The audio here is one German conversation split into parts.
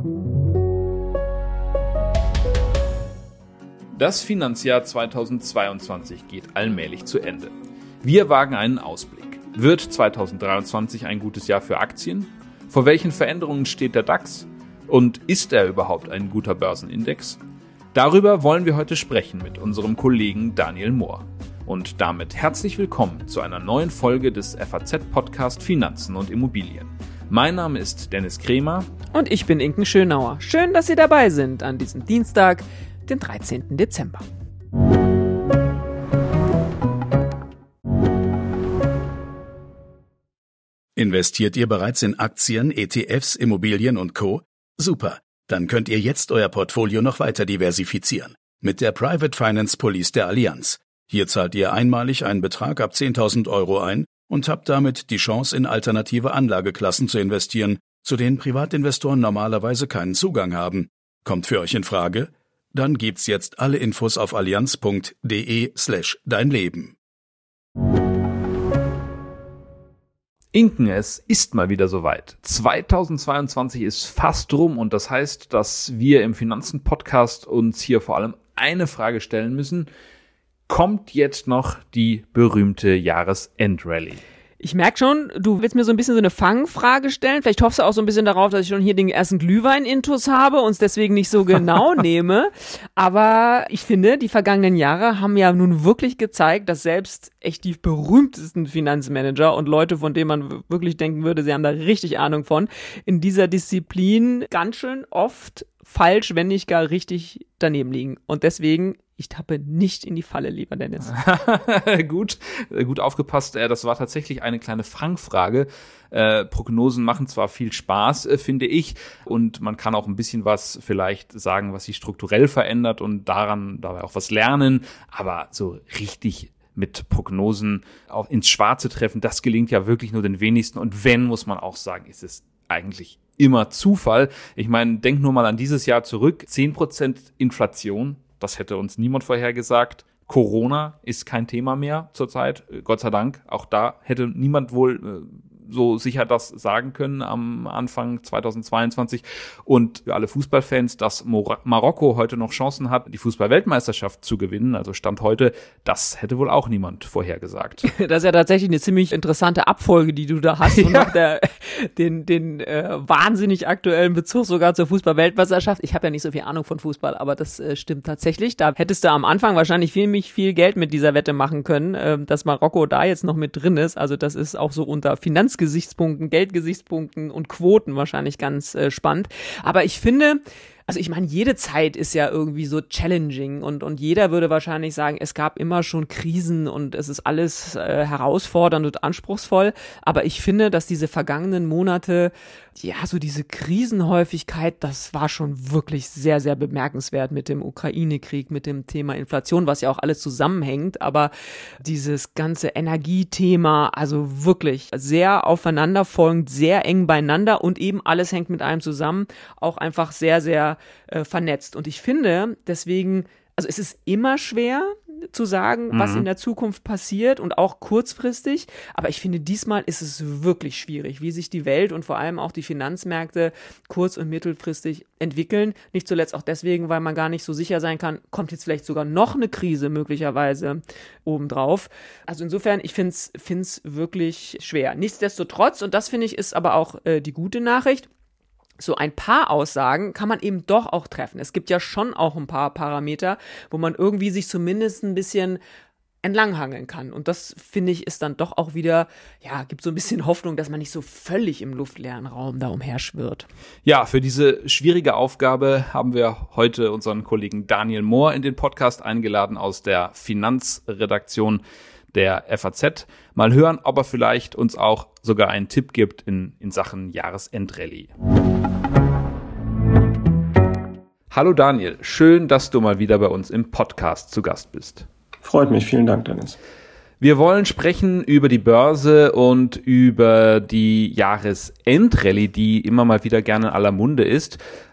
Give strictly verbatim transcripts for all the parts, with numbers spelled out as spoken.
Das Finanzjahr zweitausendzweiundzwanzig geht allmählich zu Ende. Wir wagen einen Ausblick. Wird zweitausenddreiundzwanzig ein gutes Jahr für Aktien? Vor welchen Veränderungen steht der DAX? Und ist er überhaupt ein guter Börsenindex? Darüber wollen wir heute sprechen mit unserem Kollegen Daniel Mohr. Und damit herzlich willkommen zu einer neuen Folge des F A Z-Podcast Finanzen und Immobilien. Mein Name ist Dennis Kremer. Und ich bin Inken Schönauer. Schön, dass Sie dabei sind an diesem Dienstag, den dreizehnten Dezember. Investiert ihr bereits in Aktien, E T Fs, Immobilien und Co.? Super, dann könnt ihr jetzt euer Portfolio noch weiter diversifizieren. Mit der Private Finance Police der Allianz. Hier zahlt ihr einmalig einen Betrag ab zehntausend Euro ein und habt damit die Chance, in alternative Anlageklassen zu investieren, zu denen Privatinvestoren normalerweise keinen Zugang haben. Kommt für euch in Frage? Dann gibt's jetzt alle Infos auf allianz.de slash dein Leben. Inken, es ist mal wieder soweit. zweitausendzweiundzwanzig ist fast rum und das heißt, dass wir im Finanzen-Podcast uns hier vor allem eine Frage stellen müssen. Kommt jetzt noch die berühmte Jahresendrallye? Ich merke schon, du willst mir so ein bisschen so eine Fangfrage stellen. Vielleicht hoffst du auch so ein bisschen darauf, dass ich schon hier den ersten Glühwein-Intus habe und es deswegen nicht so genau nehme. Aber ich finde, die vergangenen Jahre haben ja nun wirklich gezeigt, dass selbst echt die berühmtesten Finanzmanager und Leute, von denen man wirklich denken würde, sie haben da richtig Ahnung von, in dieser Disziplin ganz schön oft falsch, wenn nicht gar richtig daneben liegen. Und deswegen, ich tappe nicht in die Falle, lieber Dennis. gut, gut aufgepasst. Das war tatsächlich eine kleine Fangfrage. Äh, Prognosen machen zwar viel Spaß, äh, finde ich, und man kann auch ein bisschen was vielleicht sagen, was sich strukturell verändert und daran dabei auch was lernen, aber so richtig mit Prognosen auch ins Schwarze treffen, das gelingt ja wirklich nur den wenigsten. Und wenn, muss man auch sagen, ist es eigentlich immer Zufall. Ich meine, denk nur mal an dieses Jahr zurück. zehn Prozent Inflation, das hätte uns niemand vorhergesagt. Corona ist kein Thema mehr zurzeit, Gott sei Dank. Auch da hätte niemand wohl äh, so sicher das sagen können am Anfang zweitausendzweiundzwanzig. Und für alle Fußballfans, dass Mor- Marokko heute noch Chancen hat, die Fußball-Weltmeisterschaft zu gewinnen, also Stand heute, das hätte wohl auch niemand vorhergesagt. Das ist ja tatsächlich eine ziemlich interessante Abfolge, die du da hast und ja. noch der, den, den äh, wahnsinnig aktuellen Bezug sogar zur Fußball-Weltmeisterschaft. Ich habe ja nicht so viel Ahnung von Fußball, aber das äh, stimmt tatsächlich. Da hättest du am Anfang wahrscheinlich viel, viel Geld mit dieser Wette machen können, äh, dass Marokko da jetzt noch mit drin ist. Also das ist auch so unter Finanzgesichtspunkten, Geldgesichtspunkten und Quoten wahrscheinlich ganz äh, spannend. Aber ich finde, also ich meine, jede Zeit ist ja irgendwie so challenging und und jeder würde wahrscheinlich sagen, es gab immer schon Krisen und es ist alles äh, herausfordernd und anspruchsvoll. Aber ich finde, dass diese vergangenen Monate, ja, so diese Krisenhäufigkeit, das war schon wirklich sehr, sehr bemerkenswert mit dem Ukraine-Krieg, mit dem Thema Inflation, was ja auch alles zusammenhängt. Aber dieses ganze Energiethema, also wirklich sehr aufeinanderfolgend, sehr eng beieinander und eben alles hängt mit einem zusammen, auch einfach sehr, sehr äh, vernetzt. Und ich finde, deswegen, also es ist immer schwer zu sagen, mhm. was in der Zukunft passiert und auch kurzfristig, aber ich finde, diesmal ist es wirklich schwierig, wie sich die Welt und vor allem auch die Finanzmärkte kurz- und mittelfristig entwickeln. Nicht zuletzt auch deswegen, weil man gar nicht so sicher sein kann, kommt jetzt vielleicht sogar noch eine Krise möglicherweise obendrauf. Also insofern, ich finde es finde es wirklich schwer. Nichtsdestotrotz, und das finde ich ist aber auch äh, die gute Nachricht, so ein paar Aussagen kann man eben doch auch treffen. Es gibt ja schon auch ein paar Parameter, wo man irgendwie sich zumindest ein bisschen entlanghangeln kann. Und das, finde ich, ist dann doch auch wieder, ja, gibt so ein bisschen Hoffnung, dass man nicht so völlig im luftleeren Raum da umherschwirrt. Ja, für diese schwierige Aufgabe haben wir heute unseren Kollegen Daniel Mohr in den Podcast eingeladen aus der Finanzredaktion der F A Z. Mal hören, ob er vielleicht uns auch sogar einen Tipp gibt in, in Sachen Jahresendrallye. Hallo Daniel, schön, dass du mal wieder bei uns im Podcast zu Gast bist. Freut mich, vielen Dank, Dennis. Wir wollen sprechen über die Börse und über die Jahresendrallye, die immer mal wieder gerne in aller Munde ist.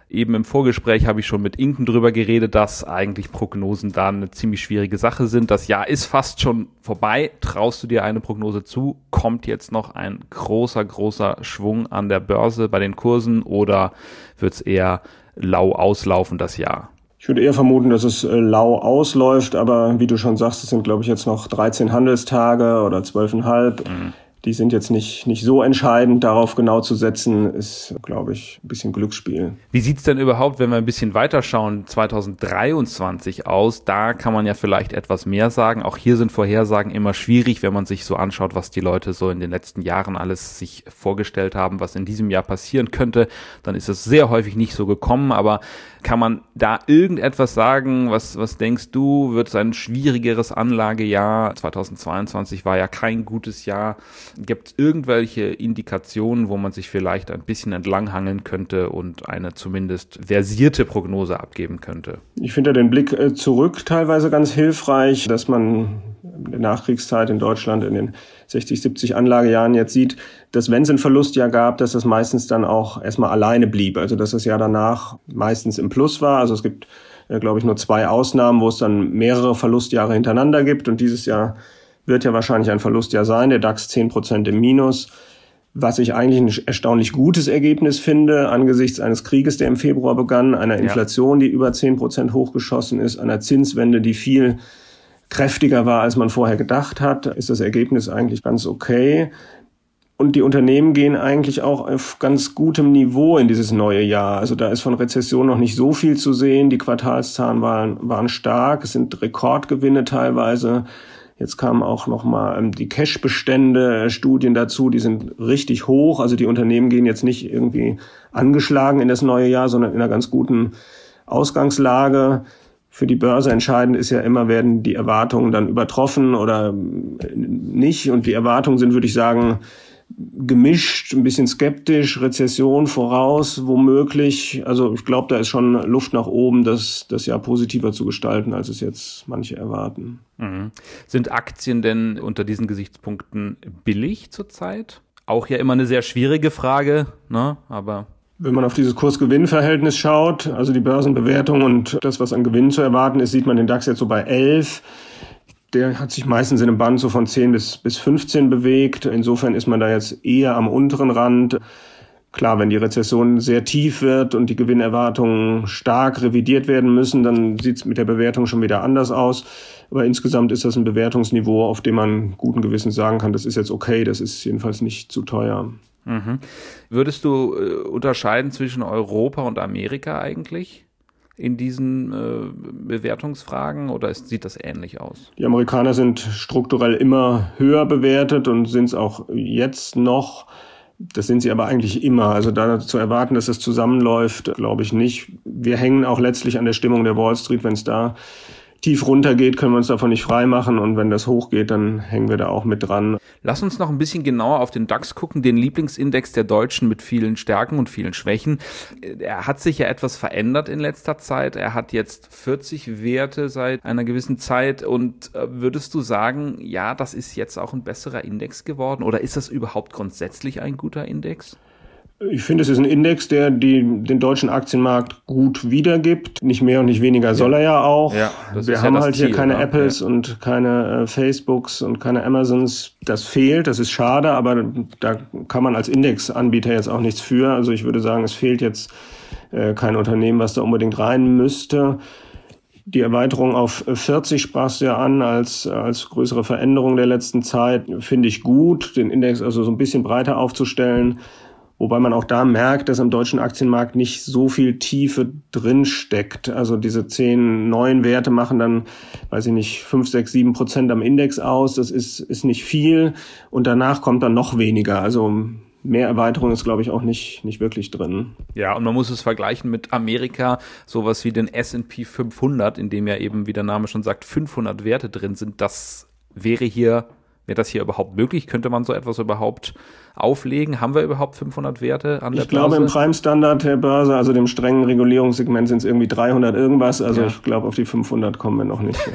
Eben im Vorgespräch habe ich schon mit Inken drüber geredet, dass eigentlich Prognosen da eine ziemlich schwierige Sache sind. Das Jahr ist fast schon vorbei. Traust du dir eine Prognose zu? Kommt jetzt noch ein großer, großer Schwung an der Börse bei den Kursen oder wird es eher lau auslaufen das Jahr? Ich würde eher vermuten, dass es lau ausläuft, aber wie du schon sagst, es sind, glaube ich, jetzt noch dreizehn Handelstage oder zwölfeinhalb. Mhm. Die sind jetzt nicht, nicht so entscheidend. Darauf genau zu setzen, ist, glaube ich, ein bisschen Glücksspiel. Wie sieht's denn überhaupt, wenn wir ein bisschen weiterschauen, zwanzig dreiundzwanzig aus? Da kann man ja vielleicht etwas mehr sagen. Auch hier sind Vorhersagen immer schwierig, wenn man sich so anschaut, was die Leute so in den letzten Jahren alles sich vorgestellt haben, was in diesem Jahr passieren könnte. Dann ist es sehr häufig nicht so gekommen. Aber kann man da irgendetwas sagen? Was, was denkst du? Wird es ein schwierigeres Anlagejahr? zweitausendzweiundzwanzig war ja kein gutes Jahr. Gibt es irgendwelche Indikationen, wo man sich vielleicht ein bisschen entlanghangeln könnte und eine zumindest versierte Prognose abgeben könnte? Ich finde ja den Blick zurück teilweise ganz hilfreich, dass man in der Nachkriegszeit in Deutschland in den sechzig, siebzig Anlagejahren jetzt sieht, dass wenn es ein Verlustjahr gab, dass das meistens dann auch erstmal alleine blieb. Also dass das Jahr danach meistens im Plus war. Also es gibt, glaube ich, nur zwei Ausnahmen, wo es dann mehrere Verlustjahre hintereinander gibt. Und dieses Jahr wird ja wahrscheinlich ein Verlustjahr sein, der DAX zehn Prozent im Minus, was ich eigentlich ein erstaunlich gutes Ergebnis finde, angesichts eines Krieges, der im Februar begann, einer Inflation, die über zehn Prozent hochgeschossen ist, einer Zinswende, die viel kräftiger war, als man vorher gedacht hat, ist das Ergebnis eigentlich ganz okay. Und die Unternehmen gehen eigentlich auch auf ganz gutem Niveau in dieses neue Jahr. Also da ist von Rezession noch nicht so viel zu sehen. Die Quartalszahlen waren, waren stark, es sind Rekordgewinne teilweise. Jetzt kamen auch nochmal die Cash-Bestände, Studien dazu, die sind richtig hoch. Also die Unternehmen gehen jetzt nicht irgendwie angeschlagen in das neue Jahr, sondern in einer ganz guten Ausgangslage. Für die Börse entscheidend ist ja immer, werden die Erwartungen dann übertroffen oder nicht. Und die Erwartungen sind, würde ich sagen, gemischt, ein bisschen skeptisch, Rezession voraus, womöglich. Also ich glaube, da ist schon Luft nach oben, das, das Jahr positiver zu gestalten, als es jetzt manche erwarten. Mhm. Sind Aktien denn unter diesen Gesichtspunkten billig zurzeit? Auch ja immer eine sehr schwierige Frage, ne? Aber wenn man auf dieses Kurs-Gewinn-Verhältnis schaut, also die Börsenbewertung und das, was an Gewinn zu erwarten ist, sieht man den DAX jetzt so bei elf. Der hat sich meistens in einem Band so von zehn bis fünfzehn bewegt. Insofern ist man da jetzt eher am unteren Rand. Klar, wenn die Rezession sehr tief wird und die Gewinnerwartungen stark revidiert werden müssen, dann sieht es mit der Bewertung schon wieder anders aus. Aber insgesamt ist das ein Bewertungsniveau, auf dem man guten Gewissens sagen kann, das ist jetzt okay, das ist jedenfalls nicht zu teuer. Mhm. Würdest du äh, unterscheiden zwischen Europa und Amerika eigentlich in diesen äh, Bewertungsfragen oder ist, sieht das ähnlich aus? Die Amerikaner sind strukturell immer höher bewertet und sind es auch jetzt noch. Das sind sie aber eigentlich immer. Also da zu erwarten, dass es zusammenläuft, glaube ich nicht. Wir hängen auch letztlich an der Stimmung der Wall Street. Wenn es da tief runtergeht, können wir uns davon nicht frei machen. Und wenn das hochgeht, dann hängen wir da auch mit dran. Lass uns noch ein bisschen genauer auf den DAX gucken, den Lieblingsindex der Deutschen mit vielen Stärken und vielen Schwächen. Er hat sich ja etwas verändert in letzter Zeit. Er hat jetzt vierzig Werte seit einer gewissen Zeit. Und würdest du sagen, ja, das ist jetzt auch ein besserer Index geworden? Oder ist das überhaupt grundsätzlich ein guter Index? Ich finde, es ist ein Index, der die, den deutschen Aktienmarkt gut wiedergibt. Nicht mehr und nicht weniger soll er ja auch. Ja, das Wir ist haben ja das halt Ziel, hier keine oder? Apples Ja. und keine äh, Facebooks und keine Amazons. Das fehlt, das ist schade, aber da kann man als Indexanbieter jetzt auch nichts für. Also ich würde sagen, es fehlt jetzt äh, kein Unternehmen, was da unbedingt rein müsste. Die Erweiterung auf vierzig sprachst du ja an als, als größere Veränderung der letzten Zeit. Finde ich gut, den Index also so ein bisschen breiter aufzustellen. Wobei man auch da merkt, dass am deutschen Aktienmarkt nicht so viel Tiefe drin steckt. Also diese zehn neuen Werte machen dann, weiß ich nicht, fünf, sechs, sieben Prozent am Index aus. Das ist, ist nicht viel. Und danach kommt dann noch weniger. Also mehr Erweiterung ist, glaube ich, auch nicht, nicht wirklich drin. Ja, und man muss es vergleichen mit Amerika, sowas wie den S und P fünfhundert, in dem ja eben, wie der Name schon sagt, fünfhundert Werte drin sind. Das wäre hier, Wäre das hier überhaupt möglich? Könnte man so etwas überhaupt auflegen? Haben wir überhaupt fünfhundert Werte an der Börse? Ich glaube, im Prime-Standard der Börse, also dem strengen Regulierungssegment, sind es irgendwie dreihundert irgendwas. Also ja. Ich glaube, auf die fünfhundert kommen wir noch nicht.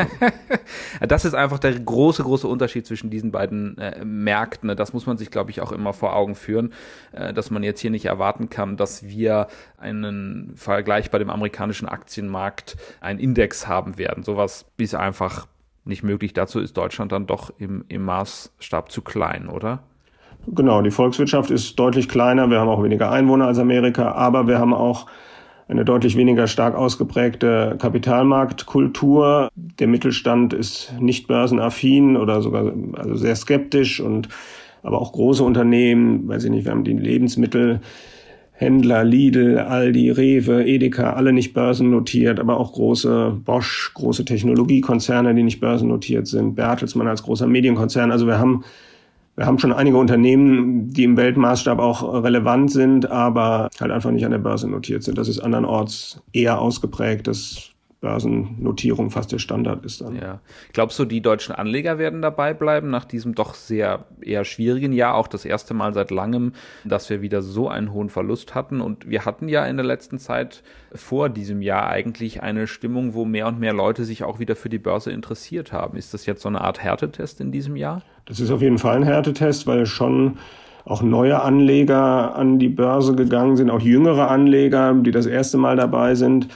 Das ist einfach der große, große Unterschied zwischen diesen beiden äh, Märkten. Das muss man sich, glaube ich, auch immer vor Augen führen, äh, dass man jetzt hier nicht erwarten kann, dass wir einen Vergleich bei dem amerikanischen Aktienmarkt, einen Index haben werden. Sowas ist einfach nicht möglich. Dazu ist Deutschland dann doch im, im Maßstab zu klein, oder? Genau, die Volkswirtschaft ist deutlich kleiner. Wir haben auch weniger Einwohner als Amerika, aber wir haben auch eine deutlich weniger stark ausgeprägte Kapitalmarktkultur. Der Mittelstand ist nicht börsenaffin oder sogar also sehr skeptisch, und aber auch große Unternehmen, weiß ich nicht, wir haben die Lebensmittel Händler, Lidl, Aldi, Rewe, Edeka, alle nicht börsennotiert, aber auch große Bosch, große Technologiekonzerne, die nicht börsennotiert sind, Bertelsmann als großer Medienkonzern. Also wir haben, wir haben schon einige Unternehmen, die im Weltmaßstab auch relevant sind, aber halt einfach nicht an der Börse notiert sind. Das ist andernorts eher ausgeprägt, dass Börsennotierung fast der Standard ist dann. Ja. Glaubst du, die deutschen Anleger werden dabei bleiben nach diesem doch sehr eher schwierigen Jahr, auch das erste Mal seit langem, dass wir wieder so einen hohen Verlust hatten? Und wir hatten ja in der letzten Zeit vor diesem Jahr eigentlich eine Stimmung, wo mehr und mehr Leute sich auch wieder für die Börse interessiert haben. Ist das jetzt so eine Art Härtetest in diesem Jahr? Das ist auf jeden Fall ein Härtetest, weil schon auch neue Anleger an die Börse gegangen sind, auch jüngere Anleger, die das erste Mal dabei sind.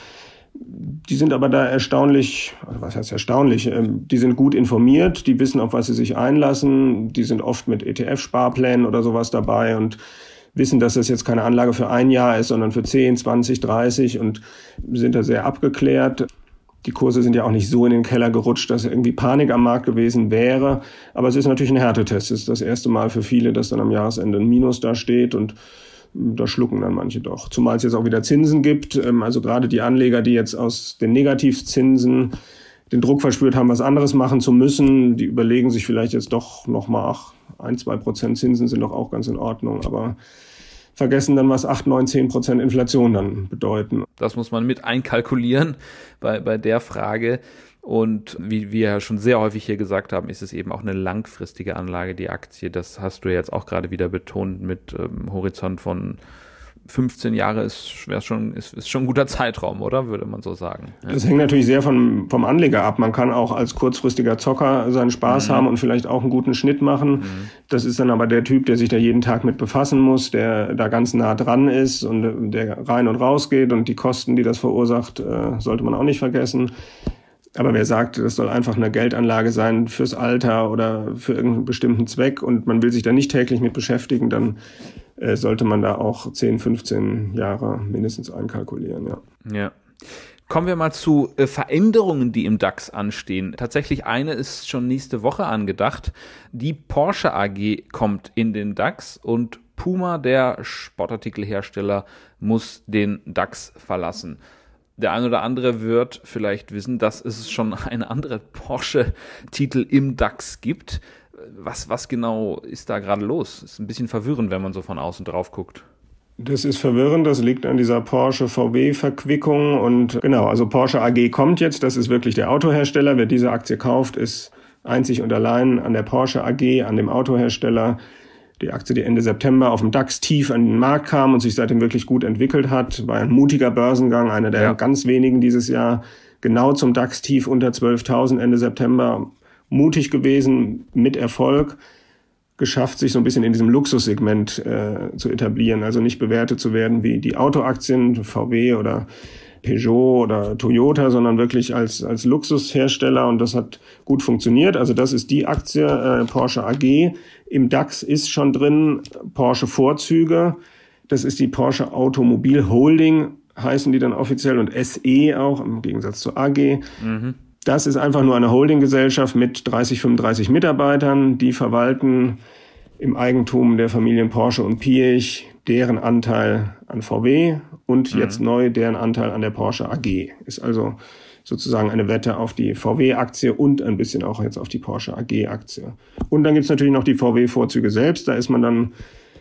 Die sind aber da erstaunlich, was heißt erstaunlich, die sind gut informiert, die wissen, auf was sie sich einlassen, die sind oft mit E T F-Sparplänen oder sowas dabei und wissen, dass das jetzt keine Anlage für ein Jahr ist, sondern für zehn, zwanzig, dreißig, und sind da sehr abgeklärt. Die Kurse sind ja auch nicht so in den Keller gerutscht, dass irgendwie Panik am Markt gewesen wäre, aber es ist natürlich ein Härtetest. Es ist das erste Mal für viele, dass dann am Jahresende ein Minus da steht, und da schlucken dann manche doch. Zumal es jetzt auch wieder Zinsen gibt. Also gerade die Anleger, die jetzt aus den Negativzinsen den Druck verspürt haben, was anderes machen zu müssen, die überlegen sich vielleicht jetzt doch nochmal, ach, ein, zwei Prozent Zinsen sind doch auch ganz in Ordnung. Aber vergessen dann, was acht, neun, zehn Prozent Inflation dann bedeuten. Das muss man mit einkalkulieren bei, bei der Frage. Und wie wir ja schon sehr häufig hier gesagt haben, ist es eben auch eine langfristige Anlage, die Aktie. Das hast du jetzt auch gerade wieder betont mit ähm, Horizont von fünfzehn Jahre ist, wäre schon, ist, ist schon ein guter Zeitraum, oder? Würde man so sagen. Ja. Das hängt natürlich sehr von, vom Anleger ab. Man kann auch als kurzfristiger Zocker seinen Spaß mhm. haben und vielleicht auch einen guten Schnitt machen. Mhm. Das ist dann aber der Typ, der sich da jeden Tag mit befassen muss, der da ganz nah dran ist und der rein und raus geht, und die Kosten, die das verursacht, äh, sollte man auch nicht vergessen. Aber wer sagt, das soll einfach eine Geldanlage sein fürs Alter oder für irgendeinen bestimmten Zweck und man will sich da nicht täglich mit beschäftigen, dann äh, sollte man da auch zehn, fünfzehn Jahre mindestens einkalkulieren. Ja. Ja. Kommen wir mal zu äh, Veränderungen, die im DAX anstehen. Tatsächlich eine ist schon nächste Woche angedacht. Die Porsche A G kommt in den DAX und Puma, der Sportartikelhersteller, muss den DAX verlassen. Der ein oder andere wird vielleicht wissen, dass es schon eine andere Porsche-Titel im DAX gibt. Was, was genau ist da gerade los? Ist ein bisschen verwirrend, wenn man so von außen drauf guckt. Das ist verwirrend, das liegt an dieser Porsche-V W-Verquickung. Und genau, also Porsche A G kommt jetzt, das ist wirklich der Autohersteller. Wer diese Aktie kauft, ist einzig und allein an der Porsche A G, an dem Autohersteller. Die Aktie, die Ende September auf dem DAX tief an den Markt kam und sich seitdem wirklich gut entwickelt hat, war ein mutiger Börsengang, einer der ja. ganz wenigen dieses Jahr, genau zum DAX tief unter zwölftausend Ende September, mutig gewesen, mit Erfolg, geschafft, sich so ein bisschen in diesem Luxussegment äh, zu etablieren, also nicht bewertet zu werden wie die Autoaktien, V W oder Peugeot oder Toyota, sondern wirklich als als Luxushersteller, und das hat gut funktioniert. Also das ist die Aktie, äh, Porsche A G. Im DAX ist schon drin Porsche Vorzüge. Das ist die Porsche Automobil Holding, heißen die dann offiziell, und S E auch, im Gegensatz zur A G. Mhm. Das ist einfach nur eine Holdinggesellschaft mit dreißig, fünfunddreißig Mitarbeitern, die verwalten im Eigentum der Familien Porsche und Piëch deren Anteil an V W und mhm. jetzt neu deren Anteil an der Porsche A G. Ist also sozusagen eine Wette auf die V W-Aktie und ein bisschen auch jetzt auf die Porsche A G-Aktie. Und dann gibt's natürlich noch die V W-Vorzüge selbst. Da ist man dann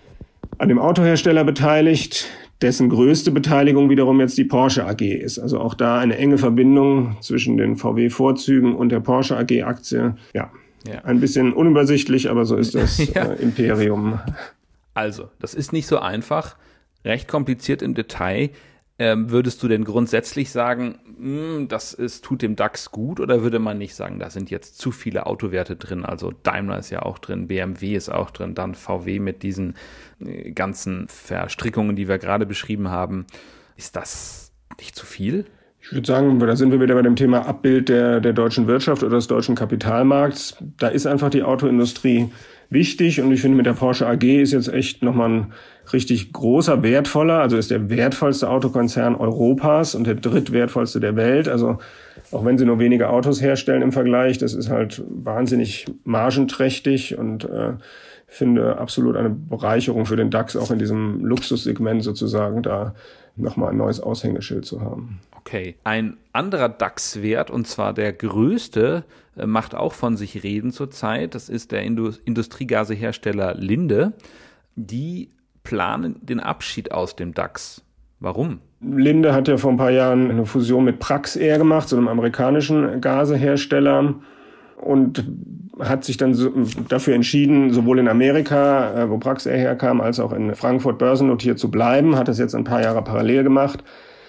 an dem Autohersteller beteiligt, dessen größte Beteiligung wiederum jetzt die Porsche A G ist. Also auch da eine enge Verbindung zwischen den V W-Vorzügen und der Porsche A G-Aktie. Ja, Ja. Ein bisschen unübersichtlich, aber so ist das ja. äh, Imperium. Also, das ist nicht so einfach, recht kompliziert im Detail. Ähm, würdest du denn grundsätzlich sagen, mh, das ist, tut dem DAX gut, oder würde man nicht sagen, da sind jetzt zu viele Autowerte drin? Also Daimler ist ja auch drin, B M W ist auch drin, dann V W mit diesen äh, ganzen Verstrickungen, die wir gerade beschrieben haben. Ist das nicht zu viel? Ich würde sagen, da sind wir wieder bei dem Thema Abbild der, der deutschen Wirtschaft oder des deutschen Kapitalmarkts. Da ist einfach die Autoindustrie wichtig, und ich finde, mit der Porsche A G ist jetzt echt nochmal ein richtig großer, wertvoller, also ist der wertvollste Autokonzern Europas und der drittwertvollste der Welt. Also auch wenn sie nur wenige Autos herstellen im Vergleich, das ist halt wahnsinnig margenträchtig, und äh, finde absolut eine Bereicherung für den DAX, auch in diesem Luxussegment sozusagen, da nochmal ein neues Aushängeschild zu haben. Okay. Ein anderer DAX-Wert, und zwar der größte, macht auch von sich reden zurzeit. Das ist der Indu- Industriegasehersteller Linde. Die planen den Abschied aus dem DAX. Warum? Linde hat ja vor ein paar Jahren eine Fusion mit Praxair gemacht, so einem amerikanischen Gasehersteller, und hat sich dann so dafür entschieden, sowohl in Amerika, wo Praxair herkam, als auch in Frankfurt börsennotiert zu bleiben. Hat das jetzt ein paar Jahre parallel gemacht.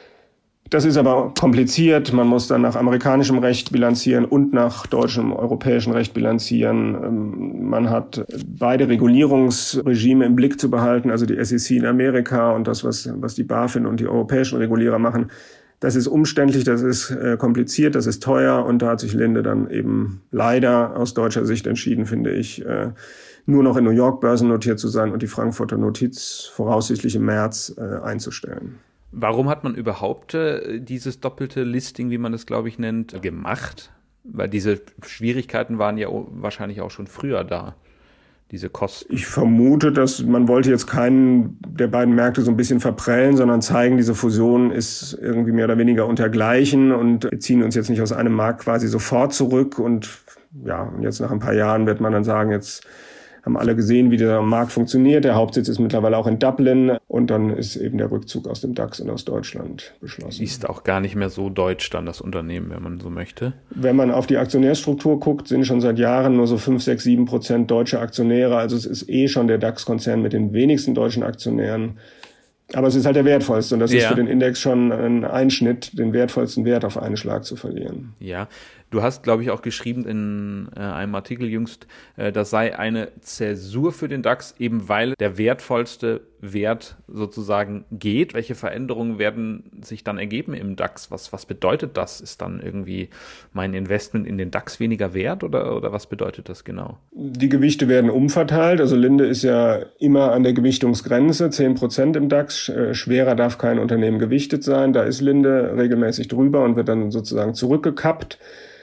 Das ist aber kompliziert. Man muss dann nach amerikanischem Recht bilanzieren und nach deutschem, europäischem Recht bilanzieren. Man hat beide Regulierungsregime im Blick zu behalten, also die S E C in Amerika und das, was, was die BaFin und die europäischen Regulierer machen. Das ist umständlich, das ist äh, kompliziert, das ist teuer, und da hat sich Linde dann eben leider aus deutscher Sicht entschieden, finde ich, äh, nur noch in New York börsennotiert zu sein und die Frankfurter Notiz voraussichtlich im März äh, einzustellen. Warum hat man überhaupt äh, dieses doppelte Listing, wie man das, glaube ich, nennt, gemacht? Weil diese Schwierigkeiten waren ja wahrscheinlich auch schon früher da, diese Kosten. Ich vermute, dass man wollte jetzt keinen der beiden Märkte so ein bisschen verprellen, sondern zeigen, diese Fusion ist irgendwie mehr oder weniger untergleichen, und wir ziehen uns jetzt nicht aus einem Markt quasi sofort zurück, und ja, und jetzt nach ein paar Jahren wird man dann sagen, jetzt haben alle gesehen, wie der Markt funktioniert. Der Hauptsitz ist mittlerweile auch in Dublin, und dann ist eben der Rückzug aus dem DAX und aus Deutschland beschlossen. Ist auch gar nicht mehr so deutsch dann das Unternehmen, wenn man so möchte. Wenn man auf die Aktionärsstruktur guckt, sind schon seit Jahren nur so fünf, sechs, sieben Prozent deutsche Aktionäre. Also es ist eh schon der DAX-Konzern mit den wenigsten deutschen Aktionären. Aber es ist halt der wertvollste, und das ja. ist für den Index schon ein Einschnitt, den wertvollsten Wert auf einen Schlag zu verlieren. Ja, du hast, glaube ich, auch geschrieben in äh, einem Artikel jüngst, äh, das sei eine Zäsur für den DAX, eben weil der wertvollste Wert sozusagen geht. Welche Veränderungen werden sich dann ergeben im DAX? Was, was bedeutet das? Ist dann irgendwie mein Investment in den DAX weniger wert, oder, oder was bedeutet das genau? Die Gewichte werden umverteilt. Also Linde ist ja immer an der Gewichtungsgrenze, zehn Prozent im DAX. Schwerer darf kein Unternehmen gewichtet sein. Da ist Linde regelmäßig drüber und wird dann sozusagen zurückgekappt.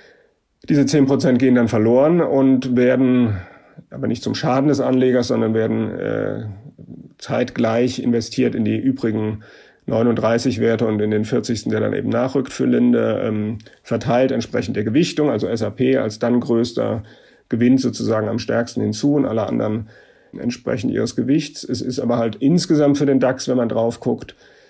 Diese zehn Prozent gehen dann verloren und werden aber nicht zum Schaden des Anlegers, sondern werden äh, zeitgleich investiert in die übrigen neununddreißig Werte und in den vierzigsten, der dann eben nachrückt für Linde, ähm, verteilt entsprechend der Gewichtung. Also S A P als dann größter gewinnt sozusagen am stärksten hinzu, und alle anderen entsprechend ihres Gewichts. Es ist aber halt insgesamt für den DAX, wenn man drauf guckt,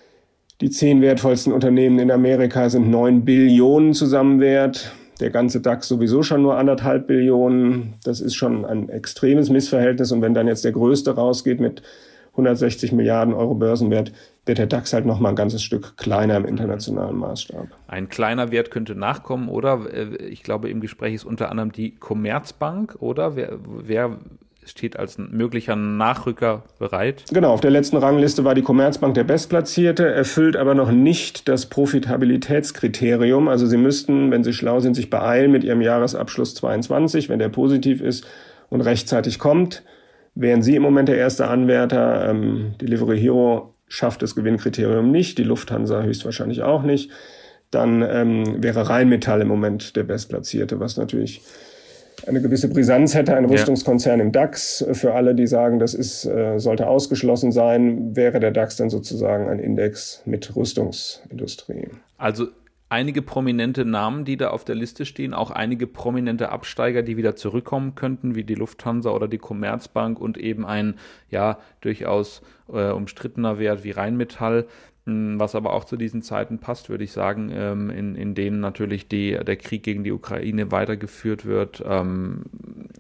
die zehn wertvollsten Unternehmen in Amerika sind neun Billionen Zusammenwert. Der ganze DAX sowieso schon nur anderthalb Billionen. Das ist schon ein extremes Missverhältnis. Und wenn dann jetzt der Größte rausgeht mit hundertsechzig Milliarden Euro Börsenwert, wird der DAX halt noch mal ein ganzes Stück kleiner im internationalen Maßstab. Ein kleiner Wert könnte nachkommen, oder? Ich glaube, im Gespräch ist unter anderem die Commerzbank, oder? Wer, wer steht als ein möglicher Nachrücker bereit? Genau, auf der letzten Rangliste war die Commerzbank der Bestplatzierte, erfüllt aber noch nicht das Profitabilitätskriterium. Also Sie müssten, wenn Sie schlau sind, sich beeilen mit Ihrem Jahresabschluss zweiundzwanzig, wenn der positiv ist und rechtzeitig kommt. Wären Sie im Moment der erste Anwärter, ähm, Delivery Hero schafft das Gewinnkriterium nicht, die Lufthansa höchstwahrscheinlich auch nicht, dann ähm, wäre Rheinmetall im Moment der Bestplatzierte, was natürlich eine gewisse Brisanz hätte, ein Rüstungskonzern ja. im DAX. Für alle, die sagen, das ist, äh, sollte ausgeschlossen sein, wäre der DAX dann sozusagen ein Index mit Rüstungsindustrie. Also einige prominente Namen, die da auf der Liste stehen, auch einige prominente Absteiger, die wieder zurückkommen könnten, wie die Lufthansa oder die Commerzbank, und eben ein ja durchaus äh, umstrittener Wert wie Rheinmetall, was aber auch zu diesen Zeiten passt, würde ich sagen, in, in denen natürlich die, der Krieg gegen die Ukraine weitergeführt wird.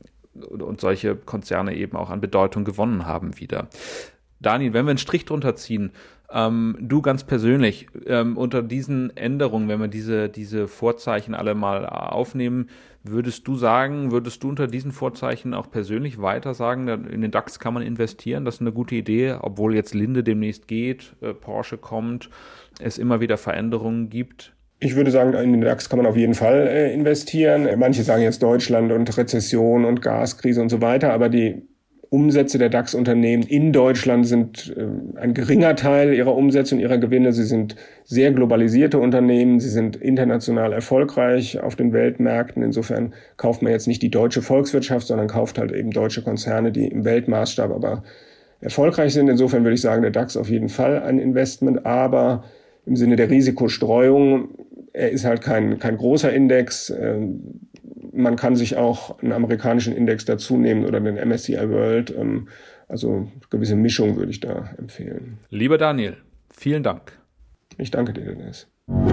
und solche Konzerne eben auch an Bedeutung gewonnen haben wieder. Daniel, wenn wir einen Strich drunter ziehen, ähm, du ganz persönlich, ähm, unter diesen Änderungen, wenn wir diese, diese Vorzeichen alle mal aufnehmen, würdest du sagen, würdest du unter diesen Vorzeichen auch persönlich weiter sagen, in den DAX kann man investieren, das ist eine gute Idee, obwohl jetzt Linde demnächst geht, äh, Porsche kommt, es immer wieder Veränderungen gibt? Ich würde sagen, in den DAX kann man auf jeden Fall äh, investieren. Manche sagen jetzt Deutschland und Rezession und Gaskrise und so weiter, aber die Umsätze der DAX-Unternehmen in Deutschland sind äh, ein geringer Teil ihrer Umsätze und ihrer Gewinne. Sie sind sehr globalisierte Unternehmen, sie sind international erfolgreich auf den Weltmärkten. Insofern kauft man jetzt nicht die deutsche Volkswirtschaft, sondern kauft halt eben deutsche Konzerne, die im Weltmaßstab aber erfolgreich sind. Insofern würde ich sagen, der DAX auf jeden Fall ein Investment, aber im Sinne der Risikostreuung, er ist halt kein, kein großer Index. Ähm, Man kann sich auch einen amerikanischen Index dazu nehmen oder den M S C I World. Also eine gewisse Mischung würde ich da empfehlen. Lieber Daniel, vielen Dank. Ich danke dir, Dennis.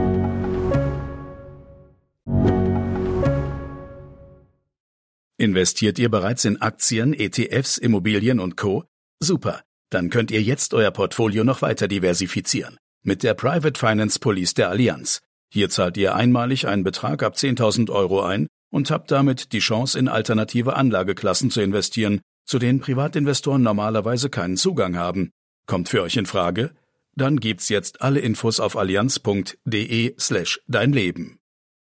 Investiert ihr bereits in Aktien, E T Fs, Immobilien und Co.? Super, dann könnt ihr jetzt euer Portfolio noch weiter diversifizieren. Mit der Private Finance Police der Allianz. Hier zahlt ihr einmalig einen Betrag ab zehntausend Euro ein und habt damit die Chance, in alternative Anlageklassen zu investieren, zu denen Privatinvestoren normalerweise keinen Zugang haben. Kommt für euch in Frage? Dann gibt's jetzt alle Infos auf allianz.de slash dein Leben.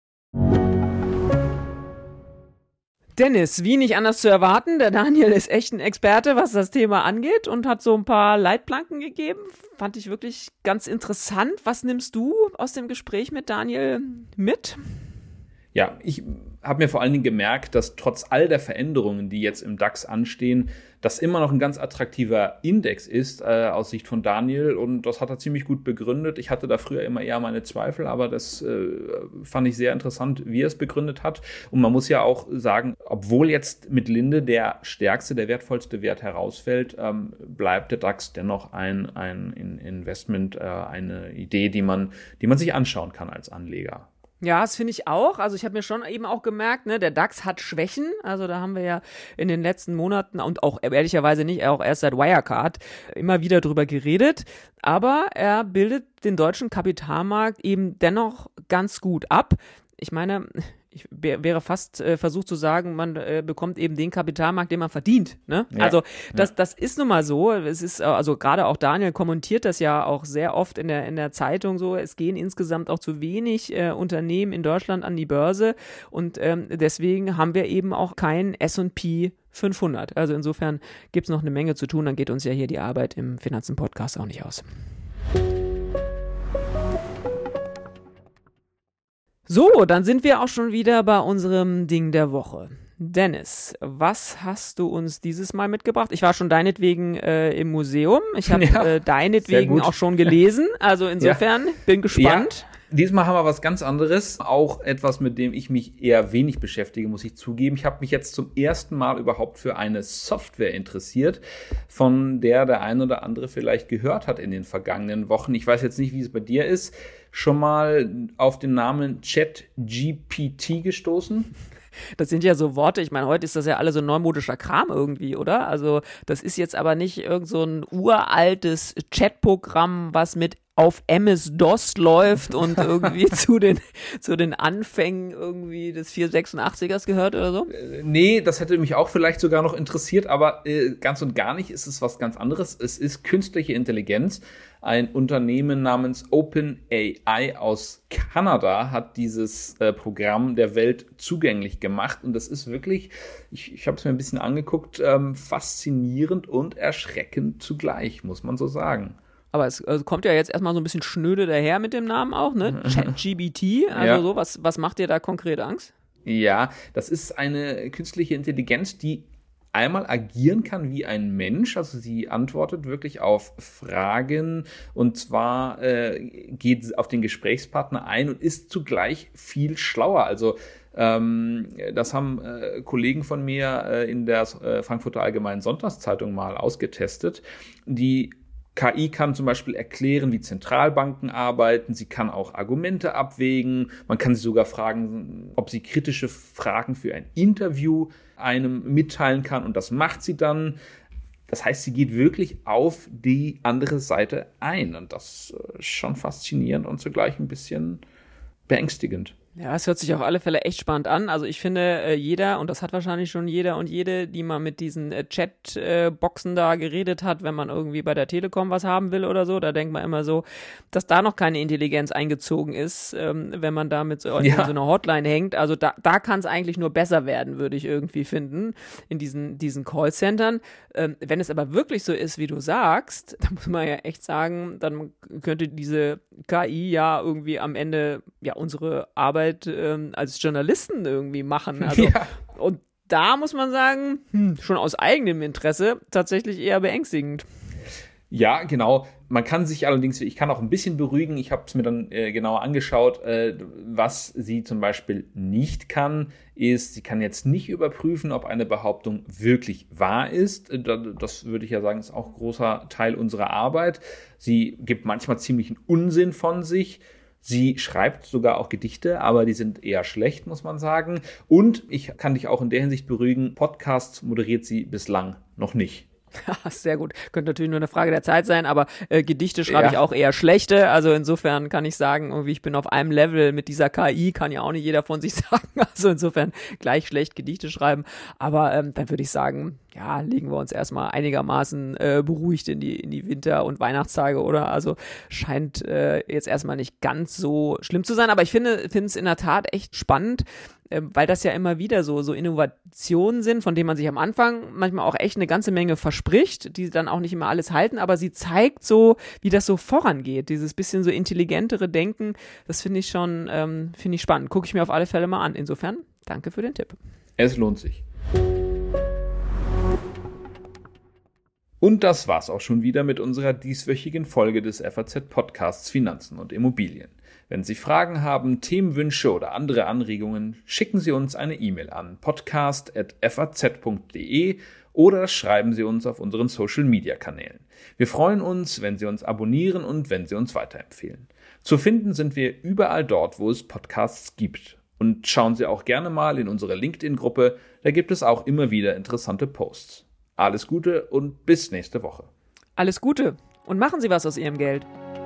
Dennis, wie nicht anders zu erwarten, der Daniel ist echt ein Experte, was das Thema angeht und hat so ein paar Leitplanken gegeben. Fand ich wirklich ganz interessant. Was nimmst du aus dem Gespräch mit Daniel mit? Ja, ich habe mir vor allen Dingen gemerkt, dass trotz all der Veränderungen, die jetzt im DAX anstehen, das immer noch ein ganz attraktiver Index ist äh, aus Sicht von Daniel und das hat er ziemlich gut begründet. Ich hatte da früher immer eher meine Zweifel, aber das äh, fand ich sehr interessant, wie er es begründet hat. Und man muss ja auch sagen, obwohl jetzt mit Linde der stärkste, der wertvollste Wert herausfällt, ähm, bleibt der DAX dennoch ein, ein Investment, äh, eine Idee, die man, die man sich anschauen kann als Anleger. Ja, das finde ich auch. Also ich habe mir schon eben auch gemerkt, ne, der DAX hat Schwächen. Also da haben wir ja in den letzten Monaten und auch ehrlicherweise nicht, auch erst seit Wirecard immer wieder drüber geredet. Aber er bildet den deutschen Kapitalmarkt eben dennoch ganz gut ab. Ich meine, ich wäre fast äh, versucht zu sagen, man äh, bekommt eben den Kapitalmarkt, den man verdient. Ne? Ja, also das, ja. das ist nun mal so. Es ist also gerade auch Daniel kommentiert das ja auch sehr oft in der in der Zeitung so. Es gehen insgesamt auch zu wenig äh, Unternehmen in Deutschland an die Börse und ähm, deswegen haben wir eben auch kein S und P fünfhundert. Also insofern gibt es noch eine Menge zu tun. Dann geht uns ja hier die Arbeit im Finanzen-Podcast auch nicht aus. So, dann sind wir auch schon wieder bei unserem Ding der Woche. Dennis, was hast du uns dieses Mal mitgebracht? Ich war schon deinetwegen äh, im Museum. Ich habe ja, äh, deinetwegen auch schon gelesen. Also insofern, ja. bin gespannt. Ja. Diesmal haben wir was ganz anderes, auch etwas, mit dem ich mich eher wenig beschäftige, muss ich zugeben. Ich habe mich jetzt zum ersten Mal überhaupt für eine Software interessiert, von der der ein oder andere vielleicht gehört hat in den vergangenen Wochen. Ich weiß jetzt nicht, wie es bei dir ist. Schon mal auf den Namen ChatGPT gestoßen? Das sind ja so Worte, ich meine, heute ist das ja alle so neumodischer Kram irgendwie, oder? Also das ist jetzt aber nicht irgend so ein uraltes Chatprogramm, was mit auf M S-DOS läuft und irgendwie zu den zu den Anfängen irgendwie des vierhundertsechsundachtzigers gehört oder so? Äh, nee, das hätte mich auch vielleicht sogar noch interessiert, aber äh, ganz und gar nicht ist es was ganz anderes. Es ist künstliche Intelligenz. Ein Unternehmen namens OpenAI aus Kanada hat dieses äh, Programm der Welt zugänglich gemacht und das ist wirklich, ich, ich habe es mir ein bisschen angeguckt, ähm, faszinierend und erschreckend zugleich, muss man so sagen. Aber es also kommt ja jetzt erstmal so ein bisschen schnöde daher mit dem Namen auch, ne? ChatGPT, also ja. so, was, was macht dir da konkret Angst? Ja, das ist eine künstliche Intelligenz, die einmal agieren kann wie ein Mensch, also sie antwortet wirklich auf Fragen und zwar äh, geht auf den Gesprächspartner ein und ist zugleich viel schlauer. Also ähm, das haben äh, Kollegen von mir äh, in der äh, Frankfurter Allgemeinen Sonntagszeitung mal ausgetestet. Die K I kann zum Beispiel erklären, wie Zentralbanken arbeiten. Sie kann auch Argumente abwägen. Man kann sie sogar fragen, ob sie kritische Fragen für ein Interview einem mitteilen kann. Und das macht sie dann. Das heißt, sie geht wirklich auf die andere Seite ein. Und das ist schon faszinierend und zugleich ein bisschen beängstigend. Ja, es hört sich auf alle Fälle echt spannend an. Also ich finde, jeder, und das hat wahrscheinlich schon jeder und jede, die mal mit diesen Chat-Boxen da geredet hat, wenn man irgendwie bei der Telekom was haben will oder so, da denkt man immer so, dass da noch keine Intelligenz eingezogen ist, wenn man da mit so, ja. in so einer Hotline hängt. Also da, da kann es eigentlich nur besser werden, würde ich irgendwie finden, in diesen, diesen Callcentern. Wenn es aber wirklich so ist, wie du sagst, dann muss man ja echt sagen, dann könnte diese K I ja irgendwie am Ende ja unsere Arbeit ähm, als Journalisten irgendwie machen. Also, ja. Und da muss man sagen, hm, schon aus eigenem Interesse tatsächlich eher beängstigend. Ja, genau. Man kann sich allerdings, ich kann auch ein bisschen beruhigen, ich habe es mir dann äh, genauer angeschaut, äh, was sie zum Beispiel nicht kann, ist, sie kann jetzt nicht überprüfen, ob eine Behauptung wirklich wahr ist. Das würde ich ja sagen, ist auch ein großer Teil unserer Arbeit. Sie gibt manchmal ziemlichen Unsinn von sich. Sie schreibt sogar auch Gedichte, aber die sind eher schlecht, muss man sagen. Und ich kann dich auch in der Hinsicht beruhigen, Podcasts moderiert sie bislang noch nicht. Sehr gut. Könnte natürlich nur eine Frage der Zeit sein, aber äh, Gedichte schreibe ja. ich auch eher schlechte. Also insofern kann ich sagen, irgendwie ich bin auf einem Level mit dieser K I, kann ja auch nicht jeder von sich sagen. Also insofern gleich schlecht Gedichte schreiben. Aber ähm, dann würde ich sagen, ja, legen wir uns erstmal einigermaßen äh, beruhigt in die in die Winter- und Weihnachtstage, oder? Also scheint äh, jetzt erstmal nicht ganz so schlimm zu sein. Aber ich finde finde es in der Tat echt spannend, weil das ja immer wieder so, so Innovationen sind, von denen man sich am Anfang manchmal auch echt eine ganze Menge verspricht, die dann auch nicht immer alles halten, aber sie zeigt so, wie das so vorangeht, dieses bisschen so intelligentere Denken, das finde ich schon, ähm, finde ich spannend. Gucke ich mir auf alle Fälle mal an. Insofern, danke für den Tipp. Es lohnt sich. Und das war's auch schon wieder mit unserer dieswöchigen Folge des F A Z-Podcasts Finanzen und Immobilien. Wenn Sie Fragen haben, Themenwünsche oder andere Anregungen, schicken Sie uns eine E-Mail an podcast at f a z punkt d e oder schreiben Sie uns auf unseren Social-Media-Kanälen. Wir freuen uns, wenn Sie uns abonnieren und wenn Sie uns weiterempfehlen. Zu finden sind wir überall dort, wo es Podcasts gibt. Und schauen Sie auch gerne mal in unsere LinkedIn-Gruppe, da gibt es auch immer wieder interessante Posts. Alles Gute und bis nächste Woche. Alles Gute und machen Sie was aus Ihrem Geld.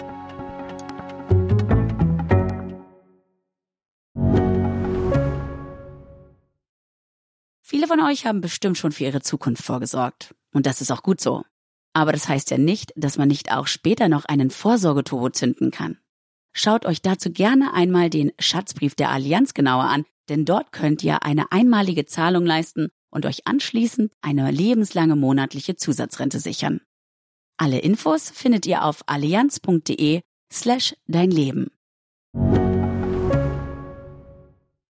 Viele von euch haben bestimmt schon für ihre Zukunft vorgesorgt. Und das ist auch gut so. Aber das heißt ja nicht, dass man nicht auch später noch einen Vorsorgeturbo zünden kann. Schaut euch dazu gerne einmal den Schatzbrief der Allianz genauer an, denn dort könnt ihr eine einmalige Zahlung leisten und euch anschließend eine lebenslange monatliche Zusatzrente sichern. Alle Infos findet ihr auf allianz punkt de slash dein Leben.